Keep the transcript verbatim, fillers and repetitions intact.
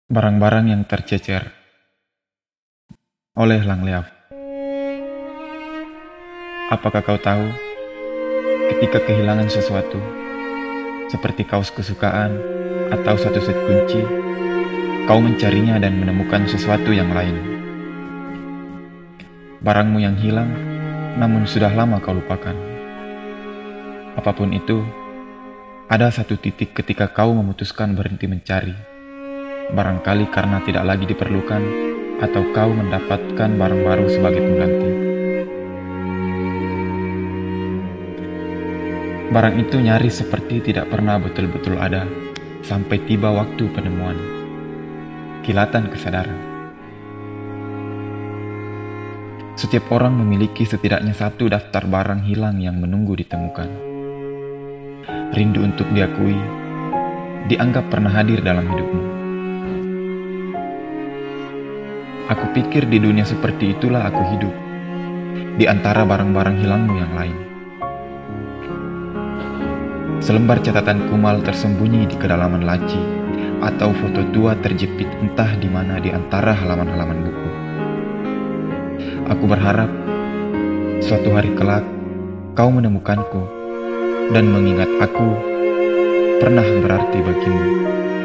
Barang-barang yang tercecer oleh Lang Leaf. Apakah kau tahu, ketika kehilangan sesuatu, seperti kaos kesukaan atau satu set kunci, kau mencarinya dan menemukan sesuatu yang lain. Barangmu yang hilang, namun sudah lama kau lupakan. Apapun itu, ada satu titik ketika kau memutuskan berhenti mencari. Barangkali karena tidak lagi diperlukan, atau kau mendapatkan barang baru sebagai pengganti. Barang itu nyaris seperti tidak pernah betul-betul ada, sampai tiba waktu penemuan. Kilatan kesadaran. Setiap orang memiliki setidaknya satu daftar barang hilang yang menunggu ditemukan. Rindu untuk diakui, dianggap pernah hadir dalam hidupmu. Aku pikir di dunia seperti itulah aku hidup, di antara barang-barang hilangmu yang lain. Selembar catatan kumal tersembunyi di kedalaman laci, atau foto tua terjepit entah di mana di antara halaman-halaman buku. Aku berharap suatu hari kelak kau menemukanku dan mengingat aku pernah berarti bagimu.